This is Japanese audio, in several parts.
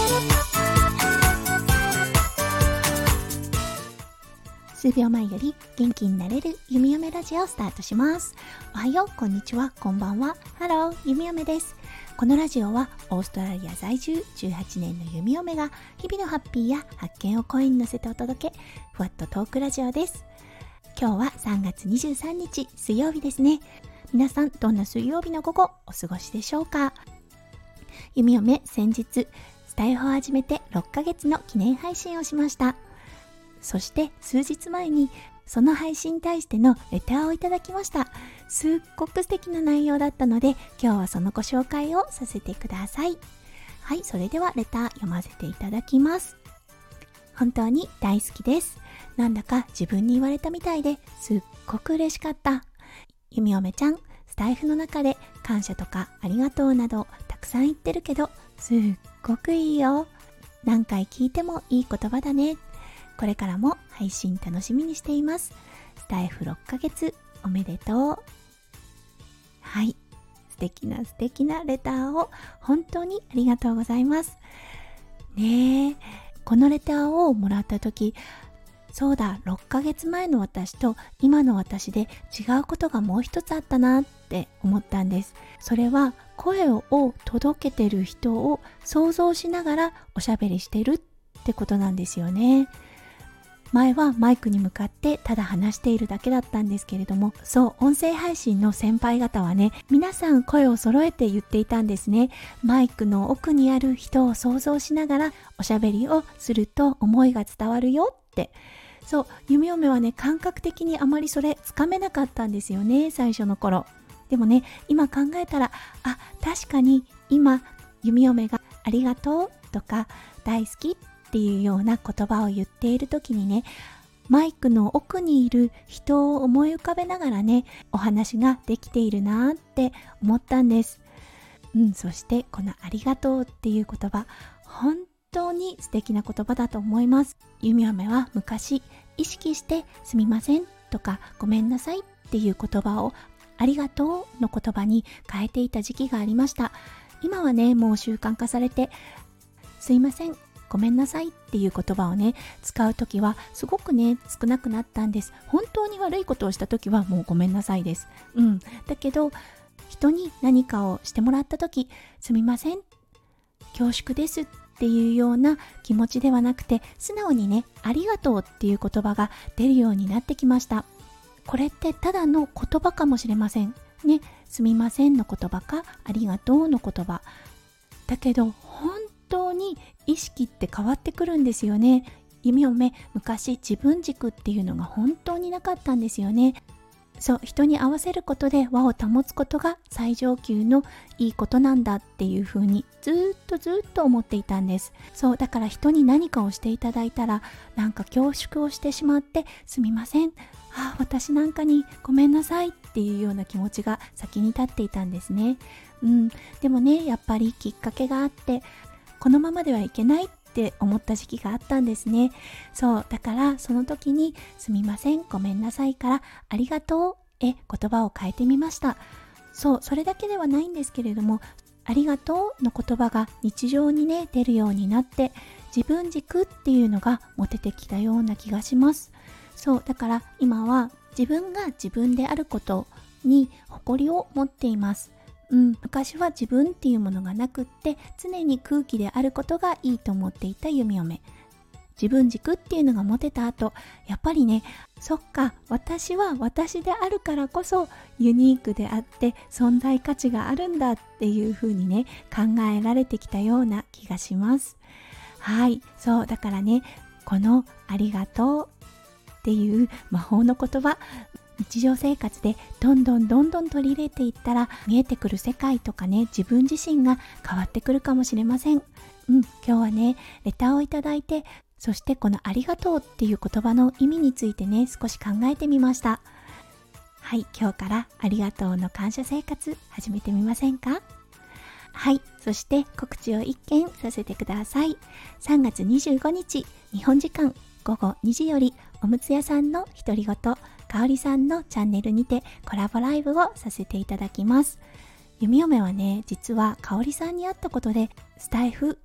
数秒前より元気になれるゆみよめラジオをスタートします。おはよう、こんにちは、こんばんは。ハロー、ゆみよめです。このラジオはオーストラリア在住18年のゆみよめが日々のハッピーや発見を声に乗せてお届け、ふわっとトークラジオです。今日は3月23日水曜日ですね。皆さんどんな水曜日の午後お過ごしでしょうか。ゆみよめ先日スタイフを始めて6ヶ月の記念配信をしました。そして数日前にその配信に対してのレターをいただきました。すっごく素敵な内容だったので今日はそのご紹介をさせてください。はい、それではレター読ませていただきます。本当に大好きです。なんだか自分に言われたみたいですっごく嬉しかった。ゆみおめちゃん、スタイフの中で感謝とかありがとうなどたくさん言ってるけどすっごくいいよ。何回聞いてもいい言葉だね。これからも配信楽しみにしています。スタイフ6ヶ月おめでとう。はい、素敵なレターを本当にありがとうございますね。えこのレターをもらった時、そうだ、6ヶ月前の私と今の私で違うことがもう一つあったなって思ったんです。それは声を届けてる人を想像しながらおしゃべりしてるってことなんですよね。前はマイクに向かってただ話しているだけだったんですけれども、そう音声配信の先輩方はね、皆さん声を揃えて言っていたんですね。マイクの奥にある人を想像しながらおしゃべりをすると思いが伝わるよって。そう、ゆみおめはね、感覚的にあまりそれつかめなかったんですよね、最初の頃。でもね、今考えたら、確かに今ゆみおめがありがとうとか大好きっていうような言葉を言っている時にね、マイクの奥にいる人を思い浮かべながらね、お話ができているなって思ったんです。そしてこのありがとうっていう言葉、本当に素敵な言葉だと思います。ゆみおめは昔意識してすみませんとかごめんなさいっていう言葉をありがとうの言葉に変えていた時期がありました。今はね、もう習慣化されてすいません、ごめんなさいっていう言葉をね、使うときはすごくね、少なくなったんです。本当に悪いことをしたときはもうごめんなさいです。だけど人に何かをしてもらったとき、すみません、恐縮ですっていうような気持ちではなくて、素直にね、ありがとうっていう言葉が出るようになってきました。これってただの言葉かもしれませんね。すみませんの言葉かありがとうの言葉だけど、本当に意識って変わってくるんですよね。ゆみおめ、昔自分軸っていうのが本当になかったんですよね。そう、人に合わせることで輪を保つことが最上級のいいことなんだっていう風にずっと思っていたんです。そう、だから人に何かをしていただいたら、なんか恐縮をしてしまって、すみません、私なんかにごめんなさいっていうような気持ちが先に立っていたんですね。でもね、やっぱりきっかけがあって、このままではいけないって思った時期があったんですね。そう、だからその時にすみません、ごめんなさいからありがとうへ言葉を変えてみました。そう、それだけではないんですけれども、ありがとうの言葉が日常にね、出るようになって、自分軸っていうのが持ててきたような気がします。そう、だから今は自分が自分であることに誇りを持っています。昔は自分っていうものがなくって、常に空気であることがいいと思っていたゆみおめ。自分軸っていうのが持てた後、やっぱりね、そっか、私は私であるからこそユニークであって存在価値があるんだっていう風にね、考えられてきたような気がします。はい、そうだからね、このありがとうっていう魔法の言葉、日常生活でどんどん取り入れていったら、見えてくる世界とかね、自分自身が変わってくるかもしれません。今日はね、レターをいただいて、そしてこのありがとうっていう言葉の意味についてね、少し考えてみました。はい、今日からありがとうの感謝生活始めてみませんか？はい、そして告知を一件させてください。3月25日、日本時間午後2時より、おむつ屋さんの独り言、かおりさんのチャンネルにてコラボライブをさせていただきます。ゆみおめはね、実はかおりさんに会ったことでスタイフが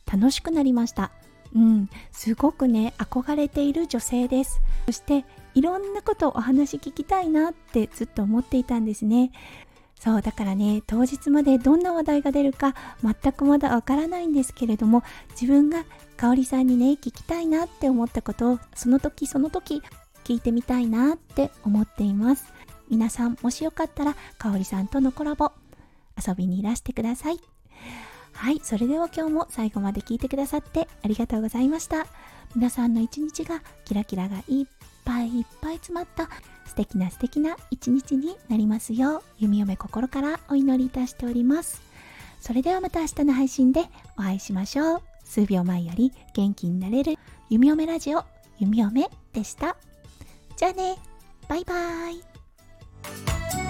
楽しくなりました。すごくね、憧れている女性です。そしていろんなことをお話聞きたいなってずっと思っていたんですね。そうだからね、当日までどんな話題が出るか全くまだわからないんですけれども、自分が香織さんにね、聞きたいなって思ったことをその時その時聞いてみたいなって思っています。皆さんもしよかったら香織さんとのコラボ遊びにいらしてください。はい、それでは今日も最後まで聞いてくださってありがとうございました。皆さんの一日がキラキラがいっぱいいっぱい詰まった素敵な一日になりますよう、弓嫁心からお祈りいたしております。それではまた明日の配信でお会いしましょう。数秒前より元気になれる弓嫁ラジオ、弓嫁でした。じゃあね、バイバイ。